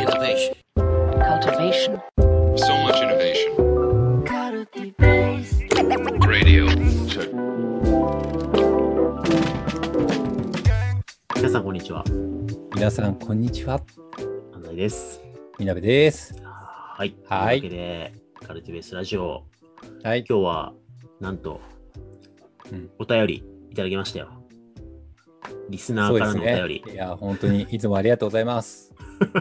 Innovation. Cultivation. So much innovation. Radio. Check. 皆さんこんにちは。 皆さんこんにちは。 安西です。 みなべです。 はい。 はい。 というわけで、カルティベースラジオ。 はい。 今日は、なんと、お便りいただきましたよ。リスナーからのお便り。 ね、いや、本当にいつもありがとうございます。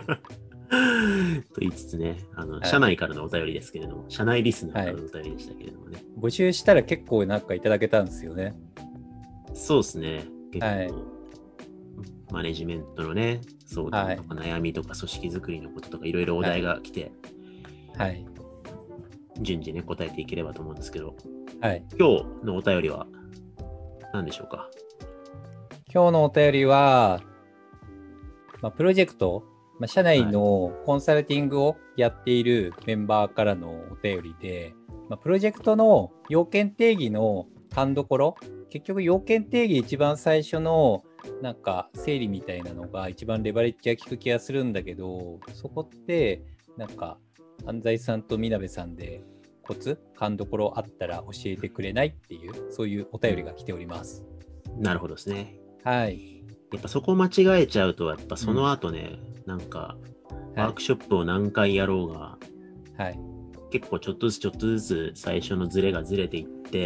と言いつつね、社内からのお便りですけれども、社内リスナーからのお便りでしたけれどもね。 募集したら結構なんかいただけたんですよね。 そうですね。結構、 はい、 マネジメントのね、相談とか悩みとか組織づくりのこととかいろいろお題が来て、 はい。 順次ね、答えていければと思うんですけど、 はい。 今日のお便りは何でしょうか？ 今日のお便りは、プロジェクト、社内のコンサルティングをやっているメンバーからのお便りで、プロジェクトの要件定義の勘どころ、結局要件定義一番最初のなんか整理みたいなのが一番レバレッジが効く気がするんだけど、そこってなんか安西さんとみなべさんでコツ、勘どころあったら教えてくれないっていう、そういうお便りが来ております。 なるほどですね。 はい。 やっぱそこ間違えちゃうと、やっぱその後ね、なんか、ワークショップを何回やろうが、 はい、 結構ちょっとずつ最初のズレがずれていって、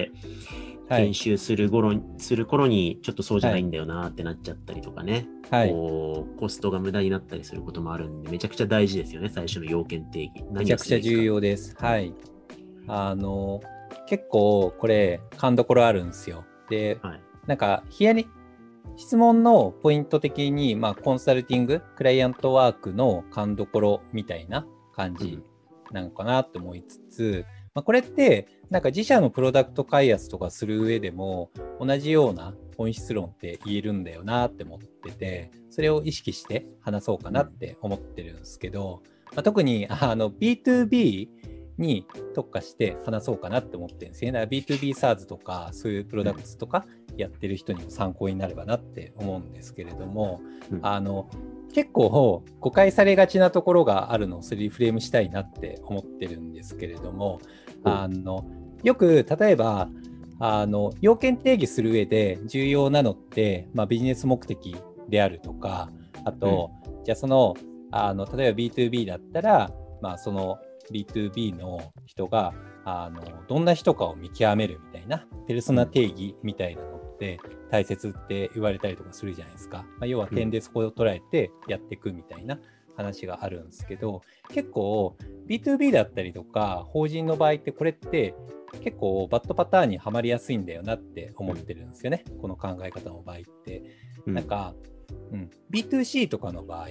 はい、 研修する頃にちょっとそうじゃないんだよなってなっちゃったりとかね、 はい、 こうコストが無駄になったりすることもあるんで、めちゃくちゃ大事ですよね、最初の要件定義。 めちゃくちゃ重要です。はい。結構これ勘どころあるんですよ。で、 はい、 なんか質問のポイント的に、コンサルティング、クライアントワークの勘どころみたいな感じなのかなと思いつつ、これってなんか自社のプロダクト開発とかする上でも同じような本質論って言えるんだよなって思ってて、それを意識して話そうかなって思ってるんですけど、特にB2B に特化して話そうかなって思ってるんですよね。だから B2B SaaS とかそういうプロダクツとかやってる人にも参考になればなって思うんですけれども、結構誤解されがちなところがあるのをそれリフレームしたいなって思ってるんですけれども、よく例えば要件定義する上で重要なのって、ビジネス目的であるとか、あと、じゃあ例えば B2B だったら、その B2B の人がどんな人かを見極めるみたいなペルソナ定義みたいなのって大切って言われたりとかするじゃないですか。要は点でそこを捉えてやっていくみたいな話があるんですけど、結構 B2B だったりとか法人の場合ってこれって結構バッドパターンにはまりやすいんだよなって思ってるんですよね、この考え方の場合って。なんか、B2C とかの場合って、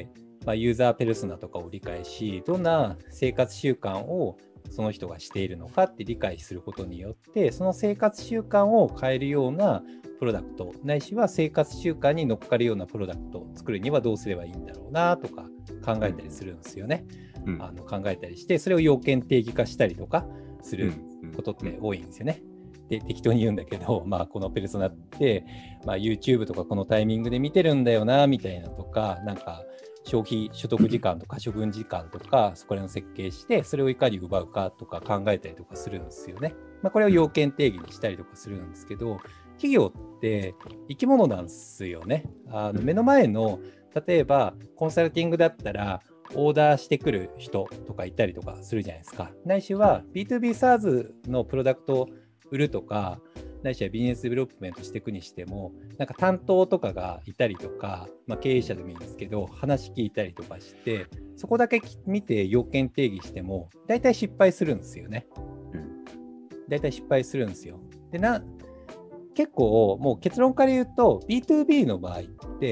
ユーザーペルソナとかを理解し、どんな生活習慣をその人がしているのかって理解することによって、その生活習慣を変えるようなプロダクト、ないしは生活習慣に乗っかるようなプロダクトを作るにはどうすればいいんだろうなとか考えたりするんですよね。考えたりして、それを要件定義化したりとかすることって多いんですよね。で、適当に言うんだけど、このペルソナって、YouTube とかこのタイミングで見てるんだよなみたいなとか、なんか消費所得時間とか処分時間とかそこら辺を設計してそれをいかに奪うかとか考えたりとかするんですよね。これを要件定義にしたりとかするんですけど、企業って生き物なんですよね。目の前の例えばコンサルティングだったらオーダーしてくる人とかいたりとかするじゃないですか。ないしは B2B SaaS のプロダクトを売るとか、ないしはビジネスデベロップメントしていくにしても、なんか担当とかがいたりとか、経営者でもいいんですけど、話聞いたりとかして、そこだけ見て要件定義しても、大体失敗するんですよね。大体失敗するんですよ。で結構、もう結論から言うと、B2B の場合って、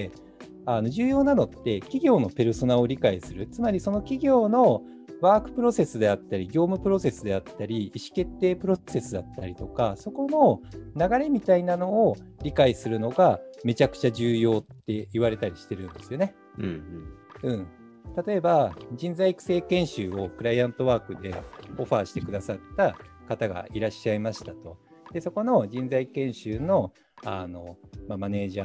重要なのって企業のペルソナを理解する。つまりその企業のワークプロセスであったり、業務プロセスであったり、意思決定プロセスだったりとか、そこの流れみたいなのを理解するのがめちゃくちゃ重要って言われたりしてるんですよね。例えば、人材育成研修をクライアントワークでオファーしてくださった方がいらっしゃいましたと。で、そこの人材研修のマネージャーの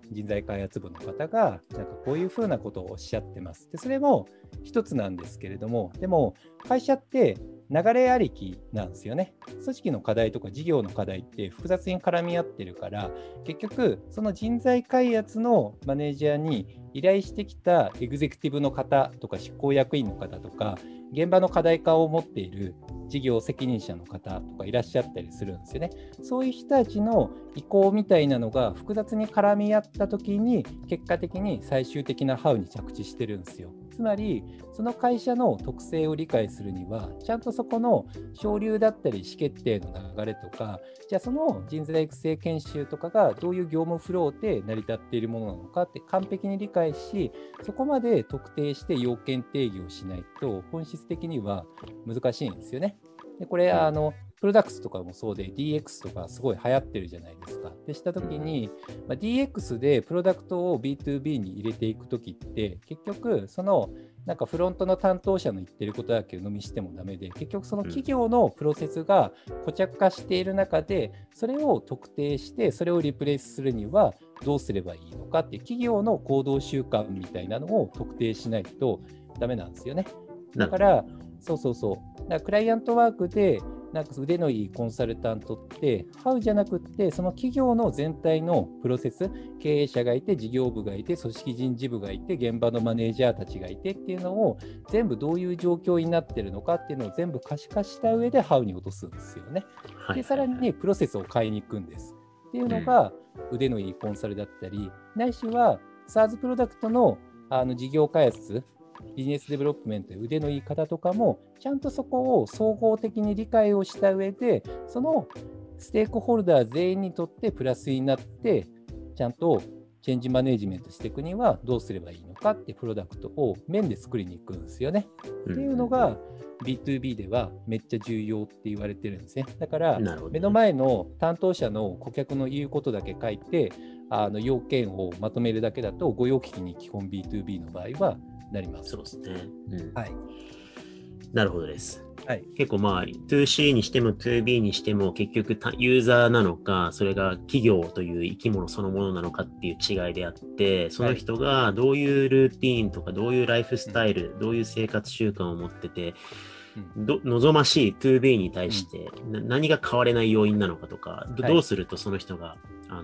人材開発部の方がなんかこういうふうなことをおっしゃってます。でそれも一つなんですけれども、でも会社って流れありきなんですよね。組織の課題とか事業の課題って複雑に絡み合ってるから、結局その人材開発のマネージャーに依頼してきたエグゼクティブの方とか執行役員の方とか、現場の課題化を持っている事業責任者の方とかいらっしゃったりするんですよね。そういう人たちの意向みたいなのが複雑に絡み合ったときに、結果的に最終的なハウに着地してるんですよ。つまり、その会社の特性を理解するには、ちゃんとそこの省流だったり意思決定の流れとか、じゃあその人材育成研修とかがどういう業務フローで成り立っているものなのかって完璧に理解し、そこまで特定して要件定義をしないと本質的には難しいんですよね。でこれプロダクツとかもそうで DX とかすごい流行ってるじゃないですか。でしたときに、DX でプロダクトを B2B に入れていくときって結局そのなんかフロントの担当者の言ってることだけを飲みしてもダメで、結局その企業のプロセスが固着化している中でそれを特定してそれをリプレイスするにはどうすればいいのかっていう企業の行動習慣みたいなのを特定しないとダメなんですよね。だからだからクライアントワークでなんか腕のいいコンサルタントってハウじゃなくってその企業の全体のプロセス、経営者がいて事業部がいて組織人事部がいて現場のマネージャーたちがいてっていうのを全部どういう状況になってるのかっていうのを全部可視化した上でハウに落とすんですよね。でさらにプロセスを変えに行くんですっていうのが腕のいいコンサルだったり、ないしは SaaS プロダクトの事業開発、ビジネスデベロップメントで腕のいい方とかもちゃんとそこを総合的に理解をした上でそのステークホルダー全員にとってプラスになってちゃんとチェンジマネジメントしていくにはどうすればいいのかってプロダクトを面で作りに行くんですよね。っていうのが B2B ではめっちゃ重要って言われてるんですね。だから目の前の担当者の顧客の言うことだけ書いて要件をまとめるだけだと御用聞きに基本 B2B の場合はなります。 そうですね。 はい。 なるほどです。 はい、 結構2C にしても 2B にしても結局ユーザーなのか、それが企業という生き物そのものなのかっていう違いであって、その人がどういうルーティーンとかどういうライフスタイル、どういう生活習慣を持ってて、望ましい 2B に対して何が変われない要因なのかとか、どうするとその人が、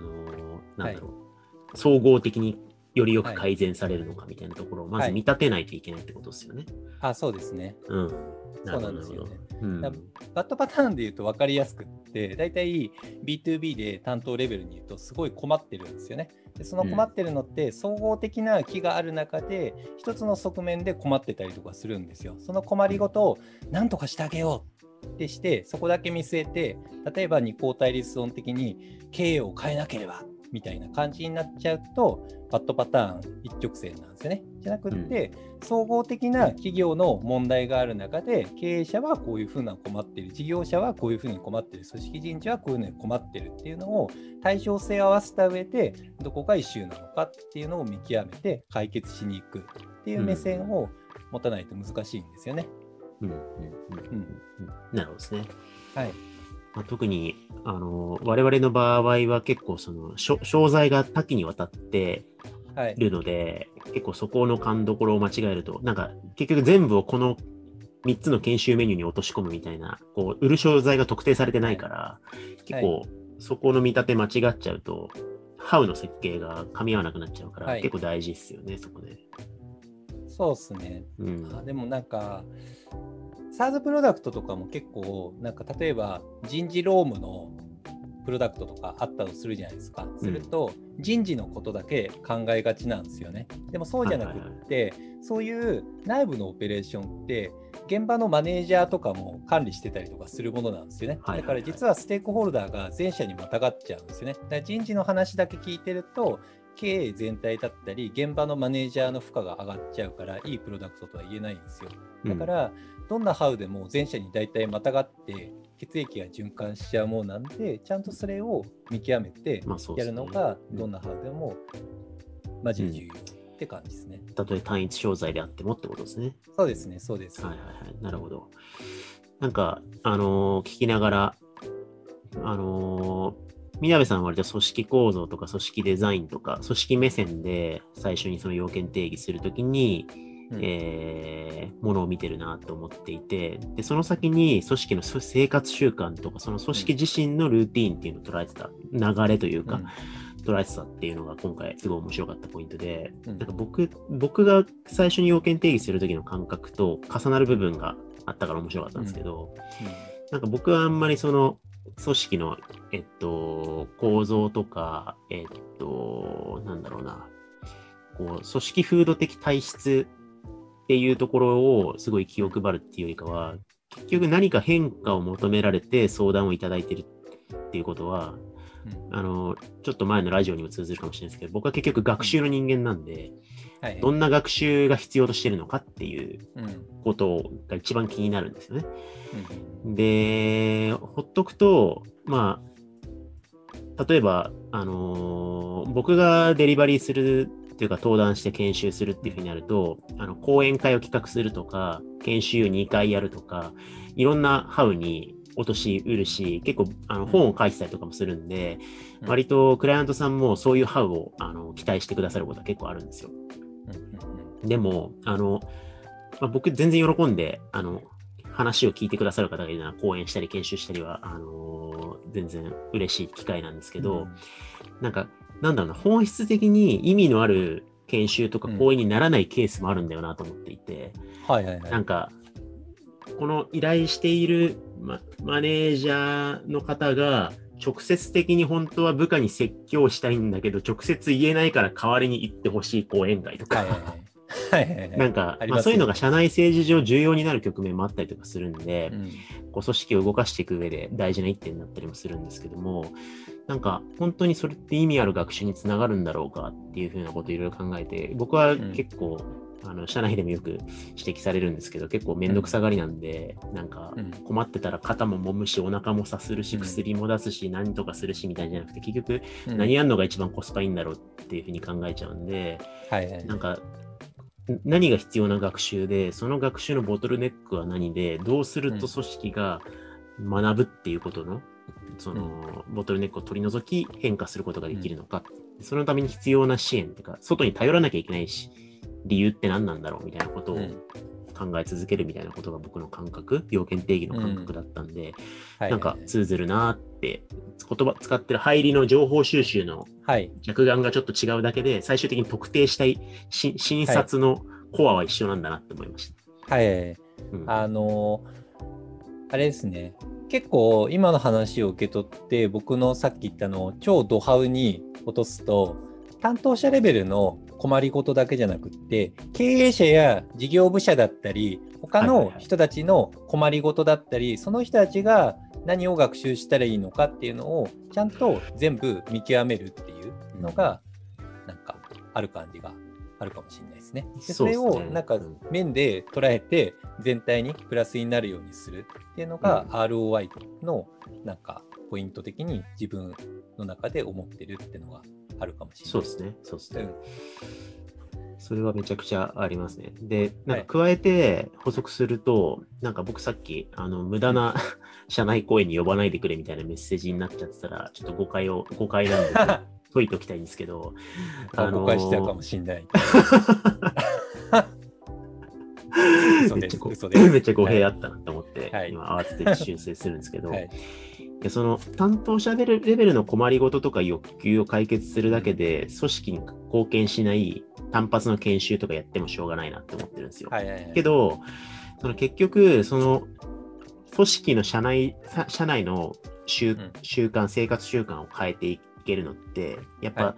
総合的によりよく改善されるのかみたいなところをまず見立てないといけないってことですよね。 そうですね。そうなんですよね。バッドパターンで言うと分かりやすくって、だいたい B2B で担当レベルに言うとすごい困ってるんですよね。でその困ってるのって総合的な気がある中で一つの側面で困ってたりとかするんですよ。その困りごとを何とかしてあげようってしてそこだけ見据えて、例えば二項対立論的に経営を変えなければみたいな感じになっちゃうとバッドパターン一直線なんですよね。じゃなくって、総合的な企業の問題がある中で経営者はこういうふうな困っている、事業者はこういうふうに困っている、組織人事はこういうのに困っているっていうのを対称性を合わせた上でどこがイシューなのかっていうのを見極めて解決しに行くっていう目線を持たないと難しいんですよね。 なるほどですね。 はい。 特に我々の場合は結構その商材が多岐にわたってるので、結構そこの勘どころを間違えるとなんか結局全部をこの3つの研修メニューに落とし込むみたいな、こう売る商材が特定されてないから、結構そこの見立て間違っちゃうとハウの設計が噛み合わなくなっちゃうから、結構大事ですよね、そこで。 そうですね。でもなんかSaaS プロダクトとかも結構なんか例えば人事労務のプロダクトとかあったとするじゃないですか。すると人事のことだけ考えがちなんですよね。でもそうじゃなくって、そういう内部のオペレーションって現場のマネージャーとかも管理してたりとかするものなんですよね。だから実はステークホルダーが全社にまたがっちゃうんですよね。だから人事の話だけ聞いてると経営全体だったり現場のマネージャーの負荷が上がっちゃうからいいプロダクトとは言えないんですよ。だからどんなハウでも全社に大体またがって血液が循環しちゃうものなんで、ちゃんとそれを見極めてやるのがどんなハウでもマジで重要って感じですね。 たとえ単一商材であってもってことですね。 そうですね、そうです。 なるほど。なんか聞きながらみなべさんは割と組織構造とか組織デザインとか組織目線で最初にその要件定義するときに、ものを見てるなと思っていて、でその先に組織の生活習慣とかその組織自身のルーティーンっていうのを捉えてた流れというか、捉えてたっていうのが今回すごい面白かったポイントで、なんか僕が最初に要件定義するときの感覚と重なる部分があったから面白かったんですけど、なんか僕はあんまりその組織の、構造とか、なんだろうな、こう組織風土的体質っていうところをすごい気を配るっていうよりかは、結局何か変化を求められて相談をいただいてるっていうことは、ちょっと前のラジオにも通ずるかもしれないですけど、僕は結局学習の人間なんで、どんな学習が必要としてるのかっていうことが一番気になるんですよね。で、ほっとくと、まあ、例えば、僕がデリバリーするっていうか登壇して研修するっていうふうになると、講演会を企画するとか、研修を2回やるとか、いろんなハウに落としうるし、結構本を書いてたりとかもするんで、割とクライアントさんもそういうハウを期待してくださることは結構あるんですよ。でも、僕全然喜んで、話を聞いてくださる方がいるなら講演したり研修したりは、全然嬉しい機会なんですけど、なんだろうな、本質的に意味のある研修とか講演にならないケースもあるんだよなと思っていて、なんか、この依頼しているマネージャーの方が直接的に本当は部下に説教したいんだけど、直接言えないから代わりに行ってほしい講演会とか、なんか、そういうのが社内政治上重要になる局面もあったりとかするんで、こう組織を動かしていく上で大事な一点だったりもするんですけども、なんか本当にそれって意味ある学習につながるんだろうかっていうふうなことをいろいろ考えて、僕は結構、社内でもよく指摘されるんですけど、結構めんどくさがりなんで、なんか困ってたら肩も揉むし、お腹もさするし、薬も出すし、何とかするしみたいじゃなくて、結局何やるのが一番コスパいいんだろうっていうふうに考えちゃうんで、なんか何が必要な学習で、その学習のボトルネックは何で、どうすると組織が学ぶっていうことの、そのボトルネックを取り除き変化することができるのか、そのために必要な支援っていうか、外に頼らなきゃいけないし、理由って何なんだろうみたいなことを考え続けるみたいなことが僕の感覚、要件定義の感覚だったんで、なんか通ずるなって、言葉使ってる入りの情報収集の着眼がちょっと違うだけで、最終的に特定したい診察のコアは一緒なんだなって思いました。 あれですね。結構今の話を受け取って僕のさっき言ったのを超ドハウに落とすと、担当者レベルの困りごとだけじゃなくって、経営者や事業部者だったり他の人たちの困りごとだったり、その人たちが何を学習したらいいのかっていうのをちゃんと全部見極めるっていうのがなんかある感じがあるかもしれないですね。でそれをなんか面で捉えて全体にプラスになるようにするっていうのが ROI のなんかポイント的に自分の中で思ってるっていうのがあるかもしれない。 そうですね。それはめちゃくちゃありますね。で、なんか加えて補足すると、なんか僕さっき無駄な社内講演に呼ばないでくれみたいなメッセージになっちゃってたら、ちょっと誤解なんで解いておきたいんですけど、 誤解しちゃうかもしれない。 めっちゃ語弊あったなと思って、今慌てて修正するんですけど、でその担当者レベルの困りごととか欲求を解決するだけで組織に貢献しない単発の研修とかやってもしょうがないなって思ってるんですよ。けどその結局その組織の社内の習慣生活習慣を変えていけるのってやっぱ、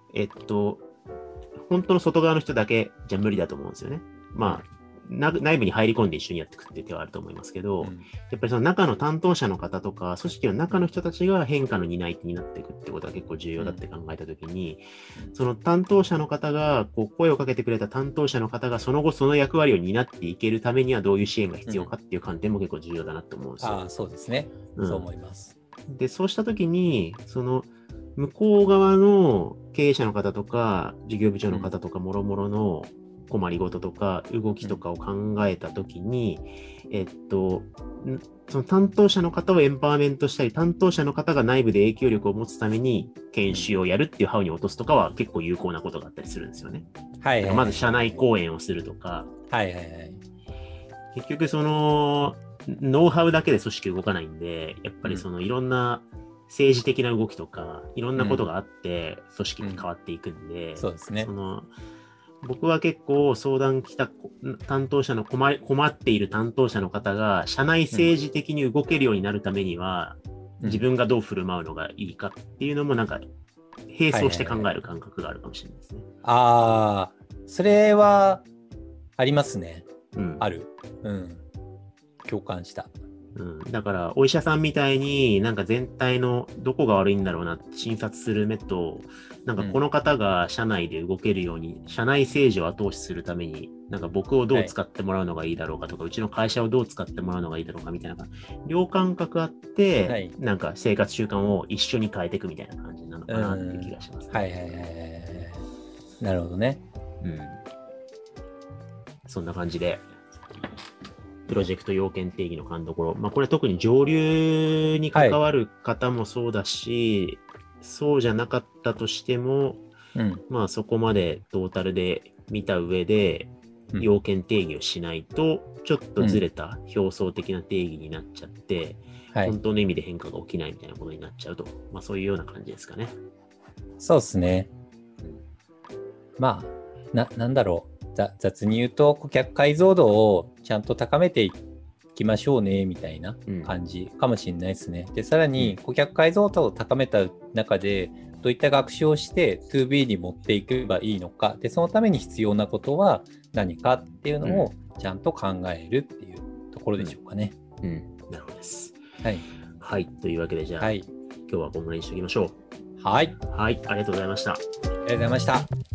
本当の外側の人だけじゃ無理だと思うんですよね。まあ内部に入り込んで一緒にやっていくっていう手はあると思いますけど、やっぱりその中の担当者の方とか組織の中の人たちが変化の担い手になっていくってことが結構重要だって考えたときに、その担当者の方がこう声をかけてくれた担当者の方がその後その役割を担っていけるためにはどういう支援が必要かっていう観点も結構重要だなと思うんですよ。 そうですね。そう思います。 で、そうしたときにその向こう側の経営者の方とか事業部長の方とかもろもろの困りごととか動きとかを考えたときに、その担当者の方をエンパワーメントしたり、担当者の方が内部で影響力を持つために研修をやるっていうハウに落とすとかは結構有効なことがあったりするんですよね。 はいはいはい、 まず社内講演をするとか、 はいはいはい、 結局そのノウハウだけで組織動かないんで、やっぱりそのいろんな政治的な動きとか、いろんなことがあって組織って変わっていくんで、 そうですね。 僕は結構相談来た担当者の困っている担当者の方が社内政治的に動けるようになるためには、自分がどう振る舞うのがいいかっていうのもなんか並走して考える感覚があるかもしれないですね。 ああ、それはありますね。ある。共感した。 だからお医者さんみたいになんか全体のどこが悪いんだろうなって診察する目と、なんかこの方が社内で動けるように、社内政治を後押しするためになんか僕をどう使ってもらうのがいいだろうかとか、うちの会社をどう使ってもらうのがいいだろうかみたいな両感覚あって、なんか生活習慣を一緒に変えていくみたいな感じなのかなっていう気がします、ね。 はいはいはいはい。なるほどね。 そんな感じでプロジェクト要件定義の勘どころ、これ特に上流に関わる方もそうだし、そうじゃなかったとしても、そこまでトータルで見た上で要件定義をしないと、ちょっとずれた表層的な定義になっちゃって、本当の意味で変化が起きないみたいなことになっちゃうと、そういうような感じですかね。 そうですね。なんだろう。雑に言うと顧客解像度をちゃんと高めていきましょうねみたいな感じかもしれないですね。で、さらに顧客解像度を高めた中でどういった学習をして 2B に持っていけばいいのか、でそのために必要なことは何かっていうのをちゃんと考えるっていうところでしょうかね。 なるほどです。 はい、 というわけでじゃあ、今日はこんぐらいにしておきましょう。 はい、 ありがとうございました。 ありがとうございました。